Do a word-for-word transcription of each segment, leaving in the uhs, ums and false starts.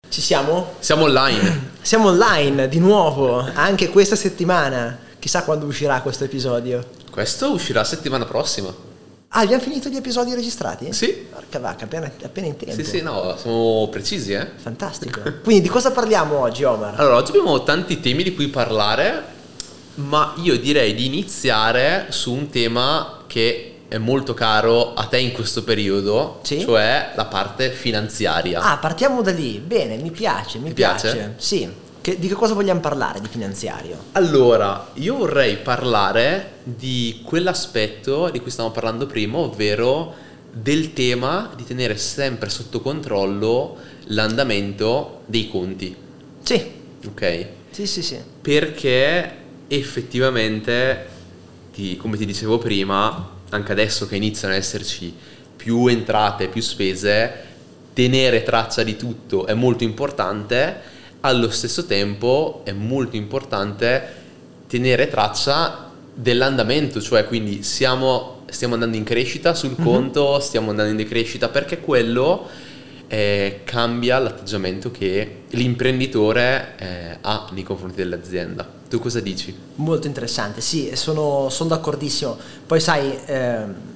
Ci siamo? Siamo online. Siamo online di nuovo, anche questa settimana. Chissà quando uscirà questo episodio. Questo uscirà settimana prossima. Ah, abbiamo finito gli episodi registrati? Sì. Porca vacca, appena, appena in tempo. Sì, sì, no, siamo precisi, eh. Fantastico. Quindi di cosa parliamo oggi, Omar? Allora, oggi abbiamo tanti temi di cui parlare, ma io direi di iniziare su un tema che è molto caro a te in questo periodo, sì? Cioè la parte finanziaria. Ah, partiamo da lì. Bene, mi piace, mi Ti piace. piace? Sì. Che, di che cosa vogliamo parlare di finanziario? Allora, io vorrei parlare di quell'aspetto di cui stavamo parlando prima, ovvero del tema di tenere sempre sotto controllo l'andamento dei conti. Sì. Ok? Sì, sì, sì. Perché effettivamente, ti, come ti dicevo prima, anche adesso che iniziano ad esserci più entrate, più spese, tenere traccia di tutto è molto importante. Allo stesso tempo è molto importante tenere traccia dell'andamento, cioè quindi siamo, stiamo andando in crescita sul mm-hmm. conto, stiamo andando in decrescita, perché quello eh, cambia l'atteggiamento che l'imprenditore eh, ha nei confronti dell'azienda. Tu cosa dici? Molto interessante, sì, sono, sono d'accordissimo. Poi sai, eh,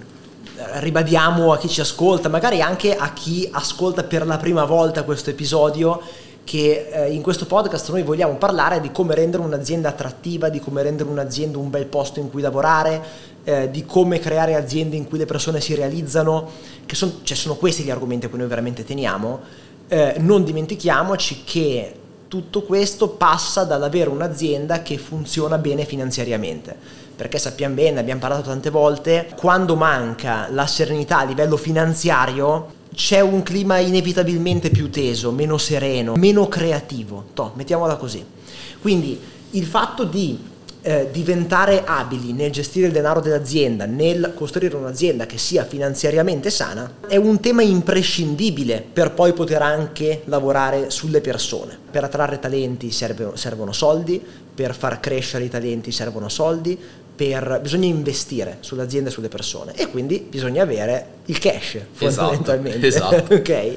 ribadiamo a chi ci ascolta, magari anche a chi ascolta per la prima volta questo episodio, che eh, in questo podcast noi vogliamo parlare di come rendere un'azienda attrattiva, di come rendere un'azienda un bel posto in cui lavorare, eh, di come creare aziende in cui le persone si realizzano, che son, cioè sono questi gli argomenti a cui noi veramente teniamo. Eh, non dimentichiamoci che tutto questo passa dall'avere un'azienda che funziona bene finanziariamente, perché sappiamo bene, abbiamo parlato tante volte, quando manca la serenità a livello finanziario c'è un clima inevitabilmente più teso, meno sereno, meno creativo, toh, mettiamola così. Quindi il fatto di eh, diventare abili nel gestire il denaro dell'azienda, nel costruire un'azienda che sia finanziariamente sana, è un tema imprescindibile per poi poter anche lavorare sulle persone. Per attrarre talenti serve, servono soldi, per far crescere i talenti servono soldi, per, bisogna investire sull'azienda e sulle persone, e quindi bisogna avere il cash fondamentalmente. Esatto, esatto. Ok? E,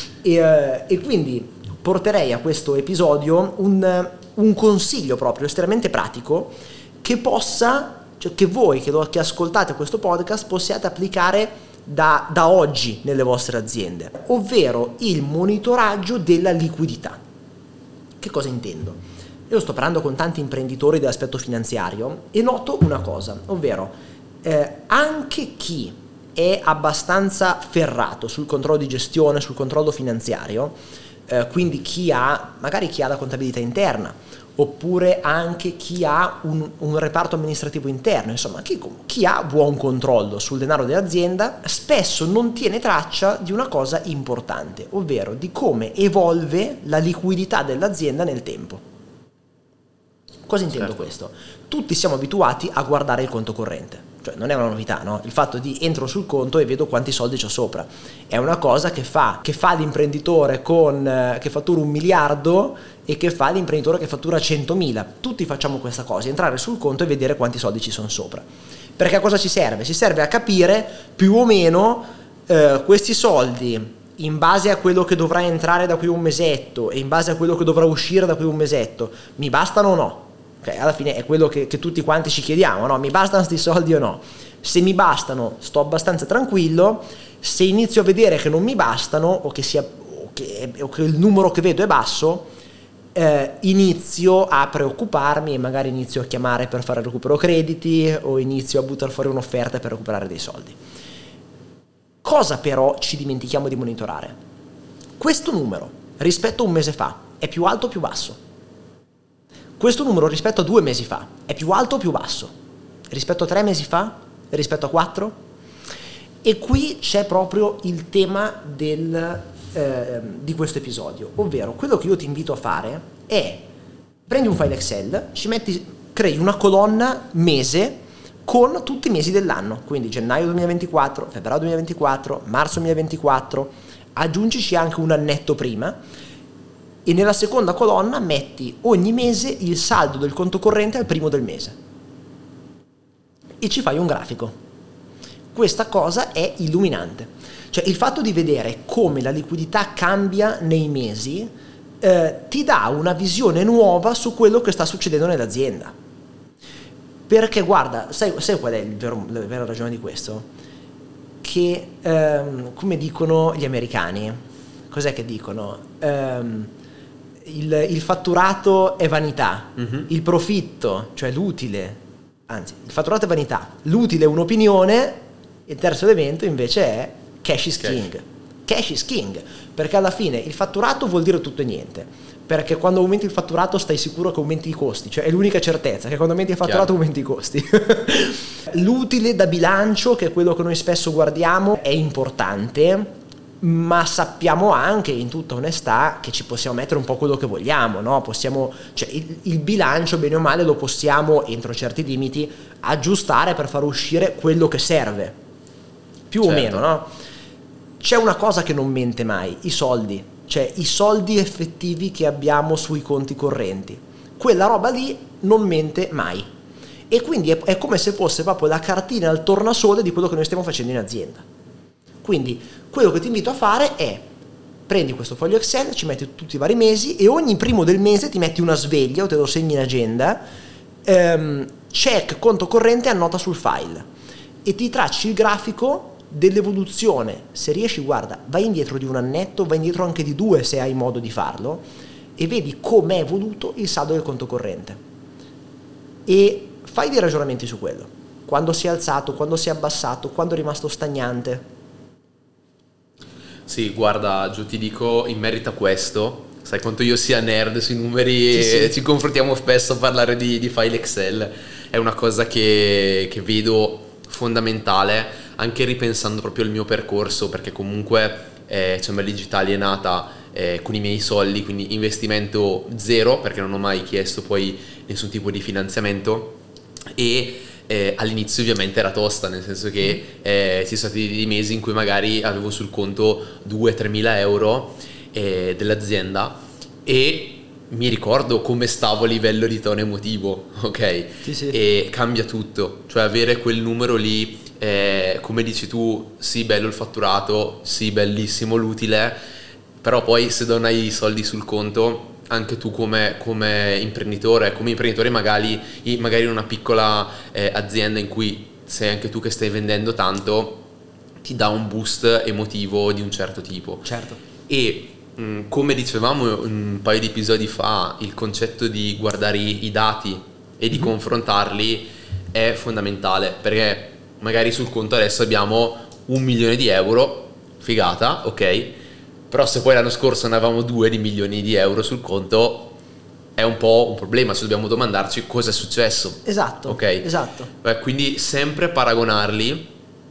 uh, e quindi porterei a questo episodio un, un consiglio proprio estremamente pratico che possa, cioè che voi che, lo, che ascoltate questo podcast possiate applicare da, da oggi nelle vostre aziende, ovvero il monitoraggio della liquidità. Che cosa intendo? Io sto parlando con tanti imprenditori dell'aspetto finanziario e noto una cosa, ovvero eh, anche chi è abbastanza ferrato sul controllo di gestione, sul controllo finanziario, eh, quindi chi ha, magari chi ha la contabilità interna, oppure anche chi ha un, un reparto amministrativo interno, insomma chi, chi ha buon controllo sul denaro dell'azienda, spesso non tiene traccia di una cosa importante, ovvero di come evolve la liquidità dell'azienda nel tempo. Cosa intendo certo. questo? Tutti siamo abituati a guardare il conto corrente, cioè non è una novità, no? Il fatto di entro sul conto e vedo quanti soldi c'ho sopra, è una cosa che fa, che fa l'imprenditore con, eh, che fattura un miliardo e che fa l'imprenditore che fattura centomila. Tutti facciamo questa cosa, entrare sul conto e vedere quanti soldi ci sono sopra. Perché a cosa ci serve? Ci serve a capire più o meno eh, questi soldi in base a quello che dovrà entrare da qui un mesetto e in base a quello che dovrà uscire da qui un mesetto, mi bastano o no? Okay, alla fine è quello che, che tutti quanti ci chiediamo, no? Mi bastano sti soldi o no? Se mi bastano sto abbastanza tranquillo, se inizio a vedere che non mi bastano o che, sia, o che, o che il numero che vedo è basso, eh, inizio a preoccuparmi e magari inizio a chiamare per fare recupero crediti o inizio a buttare fuori un'offerta per recuperare dei soldi. Cosa però ci dimentichiamo di monitorare? Questo numero rispetto a un mese fa è più alto o più basso? Questo numero rispetto a due mesi fa è più alto o più basso? Rispetto a tre mesi fa? Rispetto a quattro? E qui c'è proprio il tema del, eh, di questo episodio, ovvero quello che io ti invito a fare è prendi un file Excel, ci metti, crei una colonna mese con tutti i mesi dell'anno, quindi gennaio duemilaventiquattro, febbraio duemilaventiquattro, marzo duemilaventiquattro, aggiungici anche un annetto prima. E nella seconda colonna metti ogni mese il saldo del conto corrente al primo del mese e ci fai un grafico. Questa cosa è illuminante, cioè il fatto di vedere come la liquidità cambia nei mesi eh, ti dà una visione nuova su quello che sta succedendo nell'azienda. Perché guarda, sai, sai qual è il vero, la vera ragione di questo? Che, ehm, come dicono gli americani, cos'è che dicono? Ehm, il, il fatturato è vanità, mm-hmm. il profitto, cioè l'utile, anzi, il fatturato è vanità, l'utile è un'opinione, il terzo elemento invece è cash is king. Cash. Cash is king, perché alla fine il fatturato vuol dire tutto e niente, perché quando aumenti il fatturato stai sicuro che aumenti i costi, cioè è l'unica certezza, che quando aumenti il fatturato Chiaro. aumenti i costi. L'utile da bilancio, che è quello che noi spesso guardiamo, è importante, ma sappiamo anche in tutta onestà che ci possiamo mettere un po' quello che vogliamo, no? Possiamo, cioè il, il bilancio bene o male lo possiamo entro certi limiti aggiustare per far uscire quello che serve, più certo. o meno, no? C'è una cosa che non mente mai, i soldi, cioè i soldi effettivi che abbiamo sui conti correnti, quella roba lì non mente mai, e quindi è, è come se fosse proprio la cartina al tornasole di quello che noi stiamo facendo in azienda. Quindi quello che ti invito a fare è: prendi questo foglio Excel, ci metti tutti i vari mesi e ogni primo del mese ti metti una sveglia o te lo segni in agenda, ehm, check conto corrente e annota sul file e ti tracci il grafico dell'evoluzione. Se riesci, guarda, vai indietro di un annetto, vai indietro anche di due se hai modo di farlo, e vedi com'è evoluto il saldo del conto corrente e fai dei ragionamenti su quello: quando si è alzato, quando si è abbassato, quando è rimasto stagnante. Sì, guarda, Gio, ti dico in merito a questo, sai quanto io sia nerd sui numeri, sì, e sì. ci confrontiamo spesso a parlare di, di file Excel. È una cosa che, che vedo fondamentale, anche ripensando proprio al mio percorso, perché comunque eh, Ciambelli Digitali è nata eh, con i miei soldi, quindi investimento zero, perché non ho mai chiesto poi nessun tipo di finanziamento, e eh, all'inizio ovviamente era tosta, nel senso che eh, ci sono stati dei mesi in cui magari avevo sul conto due tre mila euro eh, dell'azienda, e mi ricordo come stavo a livello di tono emotivo, ok? Sì, sì. E cambia tutto, cioè avere quel numero lì, eh, come dici tu, sì, bello il fatturato, sì, bellissimo l'utile, però poi se non hai i soldi sul conto, anche tu come, come imprenditore, come imprenditore magari, magari in una piccola eh, azienda in cui sei anche tu che stai vendendo tanto, ti dà un boost emotivo di un certo tipo. Certo. E mh, come dicevamo un paio di episodi fa, il concetto di guardare i, i dati e di mm-hmm. confrontarli è fondamentale, perché magari sul conto adesso abbiamo un milione di euro, figata, ok? Però se poi l'anno scorso ne avevamo due di milioni di euro sul conto, è un po' un problema, se dobbiamo domandarci cosa è successo. Esatto, ok? Esatto. Beh, quindi sempre paragonarli,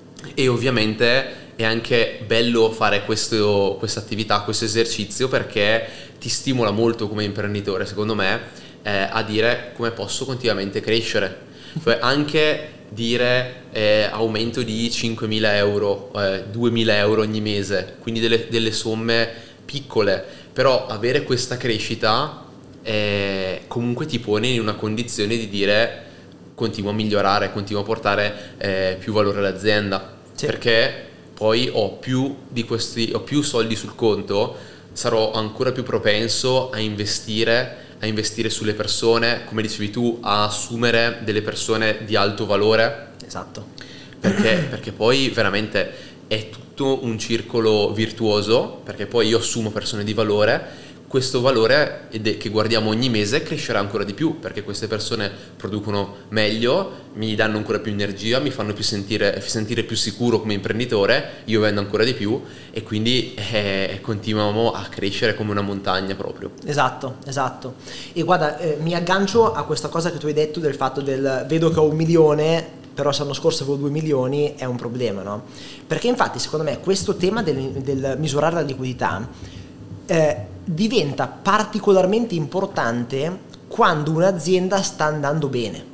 e ovviamente è anche bello fare questa attività, questo esercizio, perché ti stimola molto come imprenditore, secondo me, eh, a dire come posso continuamente crescere. Cioè anche dire eh, aumento di cinquemila euro, eh, duemila euro ogni mese, quindi delle, delle somme piccole, però avere questa crescita eh, comunque ti pone in una condizione di dire continuo a migliorare, continuo a portare eh, più valore all'azienda, sì. Perché poi ho più di questi, ho più soldi sul conto, sarò ancora più propenso a investire a investire sulle persone, come dicevi tu, a assumere delle persone di alto valore. Esatto. Perché, perché poi veramente è tutto un circolo virtuoso, perché poi io assumo persone di valore, questo valore che guardiamo ogni mese crescerà ancora di più, perché queste persone producono meglio, mi danno ancora più energia, mi fanno più sentire, sentire più sicuro come imprenditore, io vendo ancora di più, e quindi eh, continuiamo a crescere come una montagna proprio. Esatto, esatto. E guarda, eh, mi aggancio a questa cosa che tu hai detto del fatto del vedo che ho un milione, però l'anno scorso avevo due milioni, è un problema, no? Perché infatti secondo me questo tema del, del misurare la liquidità eh, diventa particolarmente importante quando un'azienda sta andando bene,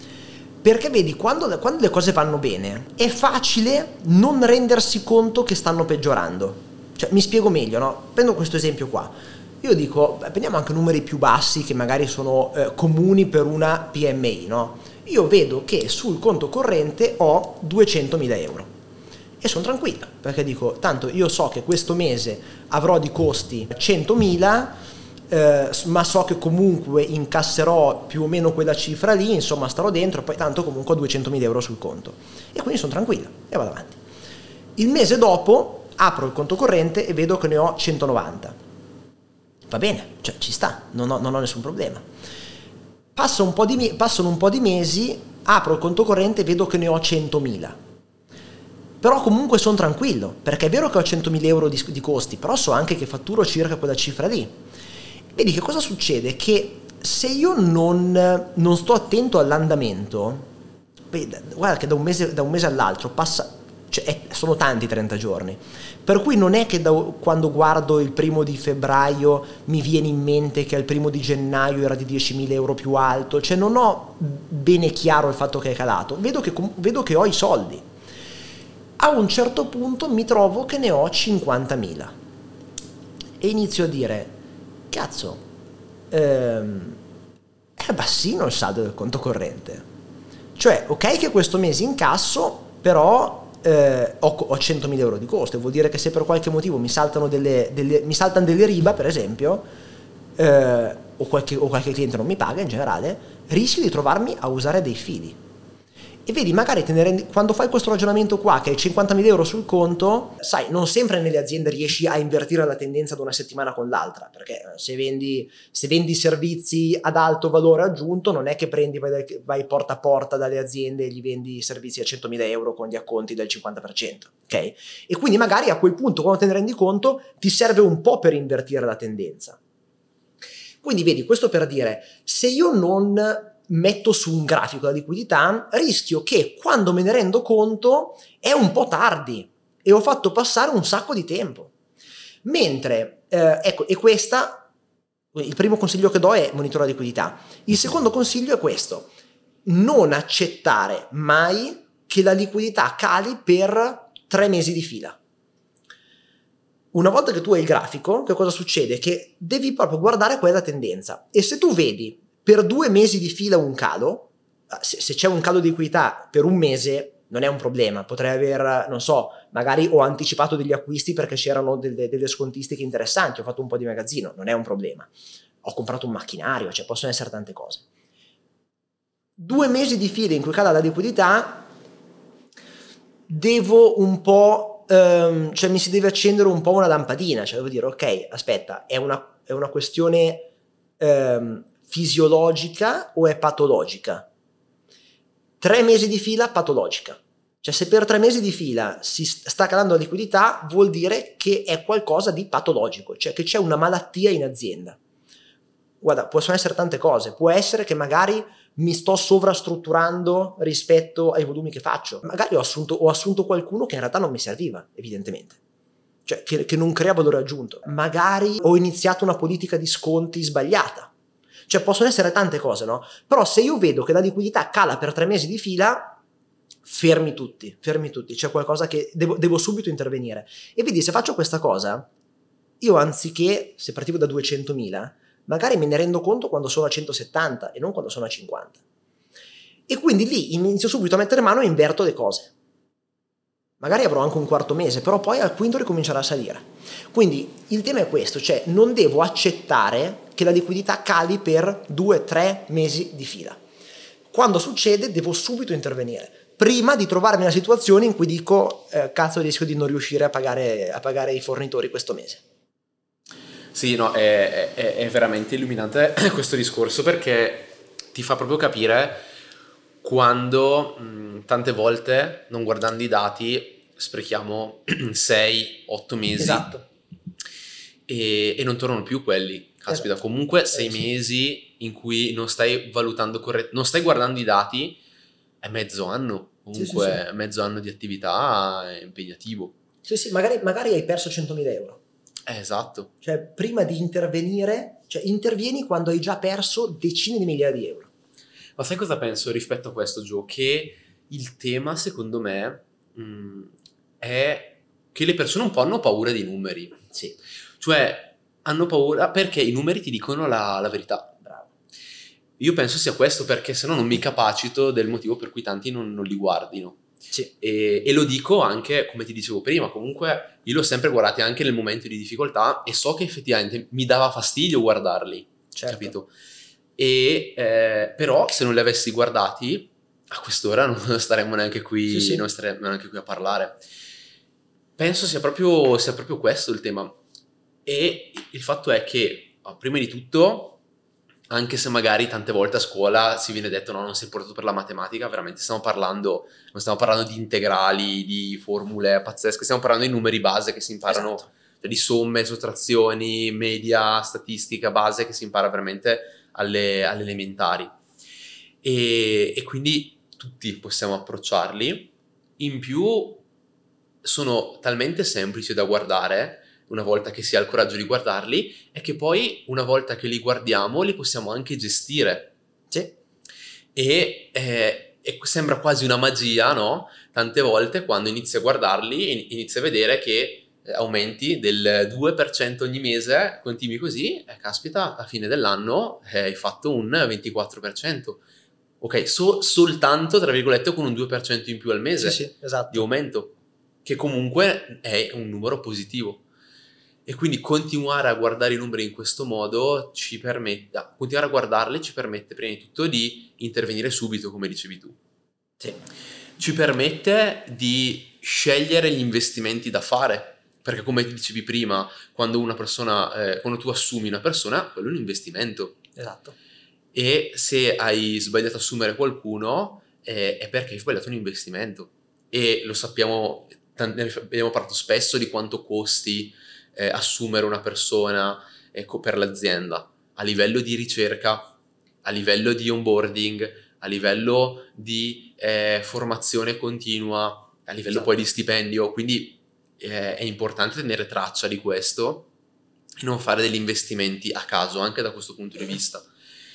perché vedi, quando, quando le cose vanno bene è facile non rendersi conto che stanno peggiorando. Cioè, mi spiego meglio, no? Prendo questo esempio qua, io dico, prendiamo anche numeri più bassi che magari sono eh, comuni per una P M I, no? Io vedo che sul conto corrente ho duecentomila euro e sono tranquilla, perché dico, tanto io so che questo mese avrò di costi centomila, eh, ma so che comunque incasserò più o meno quella cifra lì, insomma starò dentro, poi tanto comunque ho duecentomila euro sul conto e quindi sono tranquillo e vado avanti. Il mese dopo apro il conto corrente e vedo che ne ho centonovanta. Va bene, cioè ci sta, non ho, non ho nessun problema. Passa un po' di, passano un po' di mesi, apro il conto corrente e vedo che ne ho centomila. Però comunque sono tranquillo, perché è vero che ho centomila euro di, di costi, però so anche che fatturo circa quella cifra lì. Vedi che cosa succede? Che se io non, non sto attento all'andamento, vedi, guarda che da un mese, da un mese all'altro passa, cioè è, sono tanti trenta giorni, per cui non è che da, quando guardo il primo di febbraio mi viene in mente che al primo di gennaio era di diecimila euro più alto, cioè non ho bene chiaro il fatto che è calato, vedo che, vedo che ho i soldi. A un certo punto mi trovo che ne ho cinquantamila e inizio a dire, cazzo, ehm, è bassino il saldo del conto corrente. Cioè, ok che questo mese incasso, però eh, ho, ho centomila euro di costo, vuol dire che se per qualche motivo mi saltano delle, delle, mi saltano delle riba, per esempio, eh, o, qualche, o qualche cliente non mi paga in generale, rischio di trovarmi a usare dei fidi. E vedi, magari te ne rendi, quando fai questo ragionamento qua, che hai cinquantamila euro sul conto, sai, non sempre nelle aziende riesci a invertire la tendenza da una settimana con l'altra, perché se vendi, se vendi servizi ad alto valore aggiunto, non è che prendi, vai, vai porta a porta dalle aziende e gli vendi servizi a centomila euro con gli acconti del cinquanta per cento, ok? E quindi magari a quel punto, quando te ne rendi conto, ti serve un po' per invertire la tendenza. Quindi vedi, questo per dire, se io non metto su un grafico la liquidità, rischio che quando me ne rendo conto è un po' tardi e ho fatto passare un sacco di tempo. Mentre, eh, ecco, e questa, il primo consiglio che do è monitorare la liquidità. Il secondo consiglio è questo: non accettare mai che la liquidità cali per tre mesi di fila. Una volta che tu hai il grafico, che cosa succede? Che devi proprio guardare quella tendenza, e se tu vedi per due mesi di fila un calo, se, se c'è un calo di liquidità per un mese non è un problema, potrei aver, non so, magari ho anticipato degli acquisti perché c'erano delle, delle scontistiche interessanti, ho fatto un po' di magazzino, non è un problema, ho comprato un macchinario, cioè possono essere tante cose. Due mesi di fila in cui cala la liquidità, devo un po', ehm, cioè mi si deve accendere un po' una lampadina, cioè devo dire, ok, aspetta, è una, è una questione ehm, fisiologica o è patologica? Tre mesi di fila patologica, cioè se per tre mesi di fila si sta calando la liquidità vuol dire che è qualcosa di patologico, cioè che c'è una malattia in azienda. Guarda, possono essere tante cose, può essere che magari mi sto sovrastrutturando rispetto ai volumi che faccio, magari ho assunto, ho assunto qualcuno che in realtà non mi serviva, evidentemente, cioè che, che non crea valore aggiunto, magari ho iniziato una politica di sconti sbagliata. Cioè possono essere tante cose, no? Però se io vedo che la liquidità cala per tre mesi di fila, fermi tutti, fermi tutti, c'è qualcosa che devo, devo subito intervenire. E vedi, se faccio questa cosa, io anziché, se partivo da duecentomila, magari me ne rendo conto quando sono a centosettanta e non quando sono a cinquanta. E quindi lì inizio subito a mettere mano e inverto le cose. Magari avrò anche un quarto mese, però poi al quinto ricomincerà a salire. Quindi il tema è questo, cioè non devo accettare che la liquidità cali per due tre mesi di fila. Quando succede devo subito intervenire, prima di trovarmi in una situazione in cui dico eh, cazzo, rischio di non riuscire a pagare, a pagare i fornitori questo mese. Sì, no, è, è, è veramente illuminante questo discorso, perché ti fa proprio capire quando mh, tante volte, non guardando i dati, sprechiamo sei otto mesi. Esatto. E, e non tornano più quelli. Caspita, comunque sei eh, sì. mesi in cui non stai valutando correttamente, non stai guardando i dati, è mezzo anno, comunque sì, sì, sì. mezzo anno di attività è impegnativo. Sì, sì, magari, magari hai perso centomila euro. Eh, esatto. Cioè, prima di intervenire, cioè intervieni quando hai già perso decine di migliaia di euro. Ma sai cosa penso rispetto a questo, Gio? Che il tema, secondo me, mh, è che le persone un po' hanno paura dei numeri. Sì. Cioè, hanno paura perché i numeri ti dicono la, la verità. Bravo. Io penso sia questo, perché se no non mi capacito del motivo per cui tanti non, non li guardino. Sì. E, e lo dico anche, come ti dicevo prima, comunque io l'ho sempre guardati anche nel momento di difficoltà e so che effettivamente mi dava fastidio guardarli, Certo. capito? E eh, però se non li avessi guardati a quest'ora non staremmo neanche qui, Sì, sì. non staremmo neanche qui a parlare. Penso sia proprio, sia proprio questo il tema. E il fatto è che, prima di tutto, anche se magari tante volte a scuola si viene detto no, non sei portato per la matematica, veramente stiamo parlando, non stiamo parlando di integrali, di formule pazzesche, stiamo parlando di numeri base che si imparano, Esatto. cioè di somme, sottrazioni, media, statistica base che si impara veramente alle, alle elementari. E, e quindi tutti possiamo approcciarli. In più sono talmente semplici da guardare una volta che si ha il coraggio di guardarli, è che poi una volta che li guardiamo li possiamo anche gestire. Sì. E, eh, e sembra quasi una magia, no? Tante volte quando inizi a guardarli inizi a vedere che aumenti del due per cento ogni mese, continui così, e caspita, a fine dell'anno eh, hai fatto un ventiquattro per cento. Ok, so, soltanto, tra virgolette, con un due per cento in più al mese Sì, sì, esatto. di aumento, che comunque è un numero positivo. E quindi continuare a guardare i numeri in questo modo ci permette, continuare a guardarli ci permette prima di tutto di intervenire subito, come dicevi tu. Sì. Ci permette di scegliere gli investimenti da fare, perché come dicevi prima, quando una persona, eh, quando tu assumi una persona, quello è un investimento. Esatto. E se hai sbagliato a assumere qualcuno, eh, è perché hai sbagliato un investimento. E lo sappiamo, ne abbiamo parlato spesso di quanto costi Eh, assumere una persona ecco, per l'azienda a livello di ricerca, a livello di onboarding, a livello di eh, formazione continua, a livello Esatto. poi di stipendio. Quindi eh, è importante tenere traccia di questo e non fare degli investimenti a caso anche da questo punto di vista.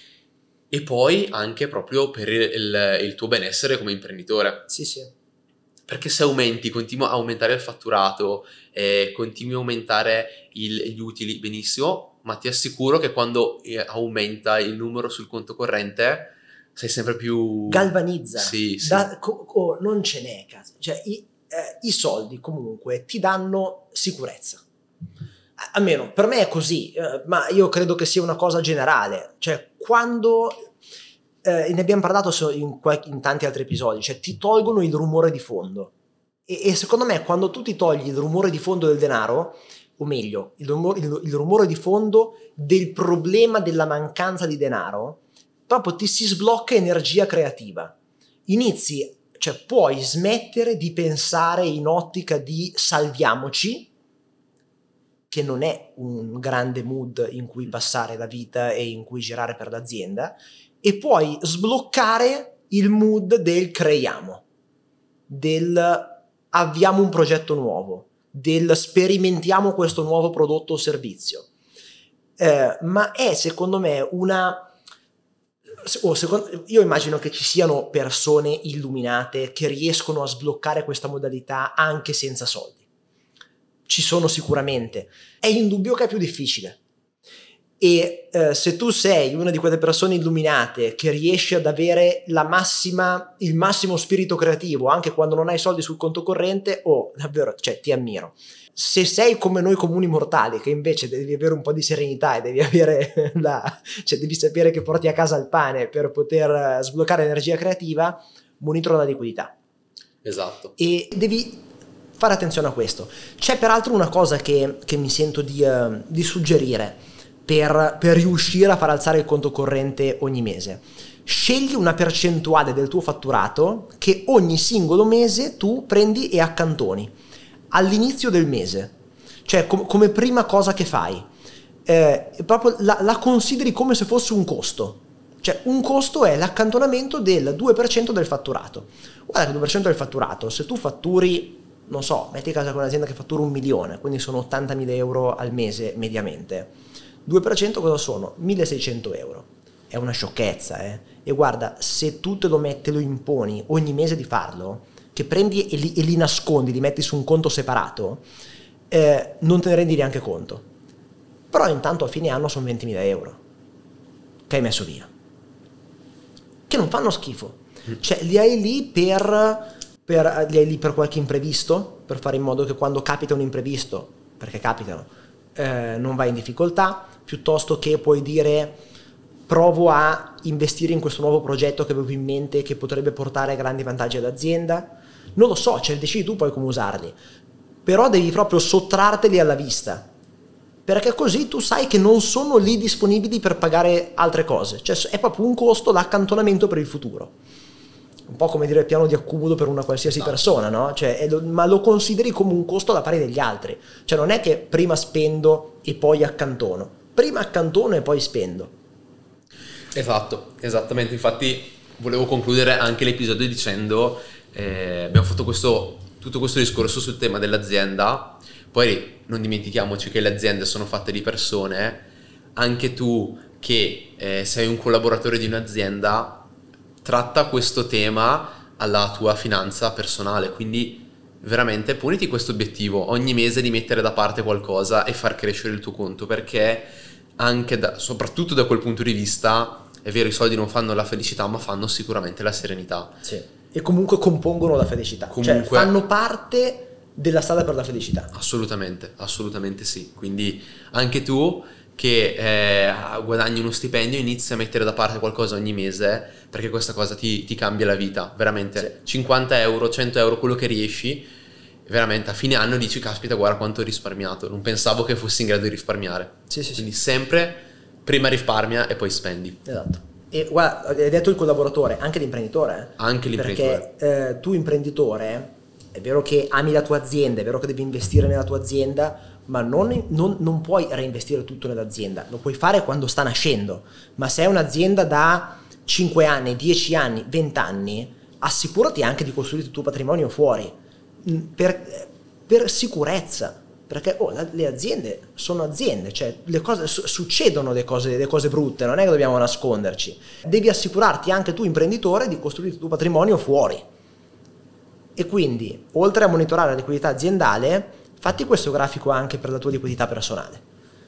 E poi anche proprio per il, il tuo benessere come imprenditore. Sì, sì. Perché se aumenti, continua a aumentare il fatturato, eh, continui a aumentare il, gli utili, benissimo, ma ti assicuro che quando eh, aumenta il numero sul conto corrente sei sempre più... Galvanizza. Sì, sì. Da, co, co, non ce n'è, cazzo. Cioè, i, eh, i soldi comunque ti danno sicurezza. Almeno per me è così, eh, ma io credo che sia una cosa generale. Cioè, quando... Eh, ne abbiamo parlato in, in tanti altri episodi, cioè ti tolgono il rumore di fondo e, e secondo me quando tu ti togli il rumore di fondo del denaro, o meglio il rumore, il, il rumore di fondo del problema della mancanza di denaro, proprio ti si sblocca energia creativa, inizi, cioè puoi smettere di pensare in ottica di salviamoci, che non è un grande mood in cui passare la vita e in cui girare per l'azienda, e puoi sbloccare il mood del creiamo, del avviamo un progetto nuovo, del sperimentiamo questo nuovo prodotto o servizio. Eh, ma è secondo me una... Oh, secondo, io immagino che ci siano persone illuminate che riescono a sbloccare questa modalità anche senza soldi. Ci sono sicuramente. È indubbio che è più difficile. E eh, se tu sei una di quelle persone illuminate che riesce ad avere la massima, il massimo spirito creativo anche quando non hai soldi sul conto corrente, oh, davvero, cioè ti ammiro. Se sei come noi comuni mortali, che invece devi avere un po' di serenità e devi avere la, cioè devi sapere che porti a casa il pane per poter sbloccare l'energia creativa, monitora la liquidità. Esatto. E devi fare attenzione a questo. C'è peraltro una cosa che, che mi sento di, uh, di suggerire per, per riuscire a far alzare il conto corrente ogni mese. Scegli una percentuale del tuo fatturato che ogni singolo mese tu prendi e accantoni all'inizio del mese, cioè com- come prima cosa che fai, eh, proprio la, la consideri come se fosse un costo. Cioè un costo è l'accantonamento del due per cento del fatturato. Guarda che due per cento del fatturato, se tu fatturi, non so, metti caso con un'azienda che fattura un milione, quindi sono ottantamila euro al mese mediamente, due per cento cosa sono? milleseicento euro. È una sciocchezza, eh? E guarda, se tu te lo metti, lo imponi ogni mese di farlo, che prendi e li, e li nascondi, li metti su un conto separato, eh, non te ne rendi neanche conto. Però intanto a fine anno sono ventimila euro che hai messo via, che non fanno schifo. Cioè li hai lì per per, li hai lì per qualche imprevisto, per fare in modo che quando capita un imprevisto, perché capitano, eh, non vai in difficoltà, piuttosto che puoi dire provo a investire in questo nuovo progetto che avevo in mente che potrebbe portare grandi vantaggi all'azienda. Non lo so, cioè decidi tu poi come usarli, però devi proprio sottrarteli alla vista, perché così tu sai che non sono lì disponibili per pagare altre cose, cioè è proprio un costo da accantonamento per il futuro, un po' come dire il piano di accumulo per una qualsiasi persona, no? Cioè, lo, ma lo consideri come un costo da pari degli altri, cioè non è che prima spendo e poi accantono, prima accantono e poi spendo. Esatto, esattamente, infatti volevo concludere anche l'episodio dicendo eh, abbiamo fatto questo, tutto questo discorso sul tema dell'azienda. Poi non dimentichiamoci che le aziende sono fatte di persone, anche tu che eh, sei un collaboratore di un'azienda, tratta questo tema alla tua finanza personale, quindi veramente poniti questo obiettivo, ogni mese di mettere da parte qualcosa e far crescere il tuo conto, perché anche da, soprattutto da quel punto di vista, è vero, i soldi non fanno la felicità, ma fanno sicuramente la serenità. Sì. E comunque compongono la felicità, comunque, cioè fanno parte della strada per la felicità. Assolutamente, assolutamente sì. Quindi anche tu che eh, guadagni uno stipendio, inizi a mettere da parte qualcosa ogni mese, perché questa cosa ti, ti cambia la vita, veramente. Sì. cinquanta euro, cento euro, quello che riesci, veramente a fine anno dici caspita, guarda quanto ho risparmiato, non pensavo che fossi in grado di risparmiare. Sì, sì, Quindi sì. sempre prima risparmia e poi spendi. Esatto. E guarda, hai detto il collaboratore, anche l'imprenditore. Eh? Anche l'imprenditore. Perché eh, tu imprenditore, è vero che ami la tua azienda, è vero che devi investire nella tua azienda, ma non, non, non puoi reinvestire tutto nell'azienda, lo puoi fare quando sta nascendo, ma se è un'azienda da cinque anni, dieci anni, venti anni, assicurati anche di costruire il tuo patrimonio fuori, per, per sicurezza, perché oh, le aziende sono aziende, cioè le cose, succedono le cose, le cose brutte, non è che dobbiamo nasconderci, devi assicurarti anche tu imprenditore di costruire il tuo patrimonio fuori. E quindi, oltre a monitorare la liquidità aziendale, fatti questo grafico anche per la tua liquidità personale.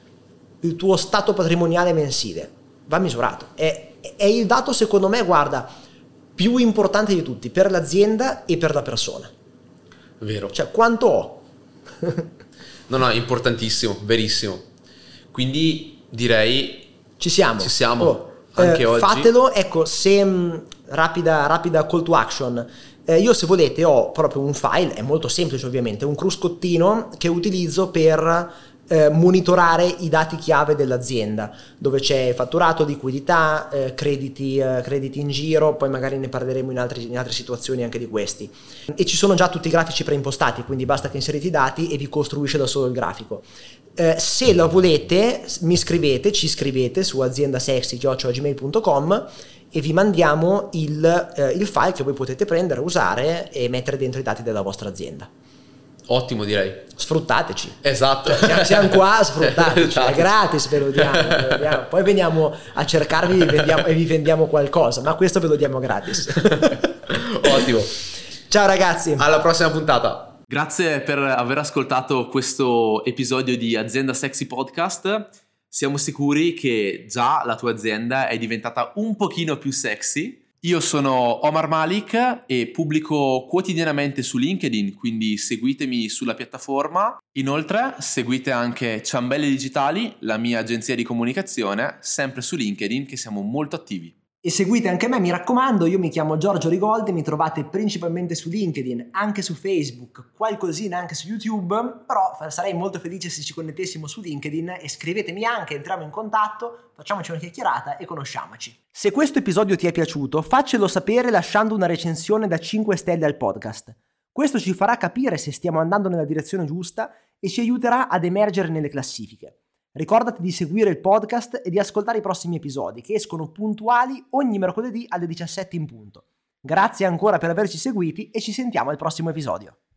Il tuo stato patrimoniale mensile va misurato. È, è il dato, secondo me, guarda, più importante di tutti, per l'azienda e per la persona. Vero. Cioè, quanto ho? No, no, è importantissimo, verissimo. Quindi direi... Ci siamo. Ci siamo, oh, anche eh, oggi. Fatelo, ecco, se... Mh, rapida, rapida call to action. Eh, io se volete ho proprio un file, è molto semplice ovviamente, un cruscottino che utilizzo per eh, monitorare i dati chiave dell'azienda, dove c'è fatturato, liquidità, eh, crediti, eh, crediti in giro, poi magari ne parleremo in, altri, in altre situazioni anche di questi. E ci sono già tutti i grafici preimpostati, quindi basta che inserite i dati e vi costruisce da solo il grafico. Eh, se lo volete mi scrivete, ci scrivete su aziendasexy chiocciola gmail punto com e vi mandiamo il, eh, il file che voi potete prendere, usare e mettere dentro i dati della vostra azienda. Ottimo, direi. Sfruttateci. Esatto. Cioè, siamo qua, sfruttateci. Esatto. È gratis, ve lo diamo, ve lo diamo. Poi veniamo a cercarvi vi vendiamo, e vi vendiamo qualcosa, ma questo ve lo diamo gratis. Ottimo. Ciao ragazzi. Alla prossima puntata. Grazie per aver ascoltato questo episodio di Azienda Sexy Podcast. Siamo sicuri che già la tua azienda è diventata un pochino più sexy. Io sono Omar Malik e pubblico quotidianamente su LinkedIn, quindi seguitemi sulla piattaforma. Inoltre seguite anche Ciambelle Digitali, la mia agenzia di comunicazione, sempre su LinkedIn, che siamo molto attivi. E seguite anche me, mi raccomando, io mi chiamo Giorgio Rigoldi, mi trovate principalmente su LinkedIn, anche su Facebook, qualcosina anche su YouTube, però sarei molto felice se ci connettessimo su LinkedIn e scrivetemi anche, entriamo in contatto, facciamoci una chiacchierata e conosciamoci. Se questo episodio ti è piaciuto, faccelo sapere lasciando una recensione da cinque stelle al podcast. Questo ci farà capire se stiamo andando nella direzione giusta e ci aiuterà ad emergere nelle classifiche. Ricordati di seguire il podcast e di ascoltare i prossimi episodi che escono puntuali ogni mercoledì alle diciassette in punto. Grazie ancora per averci seguiti e ci sentiamo al prossimo episodio.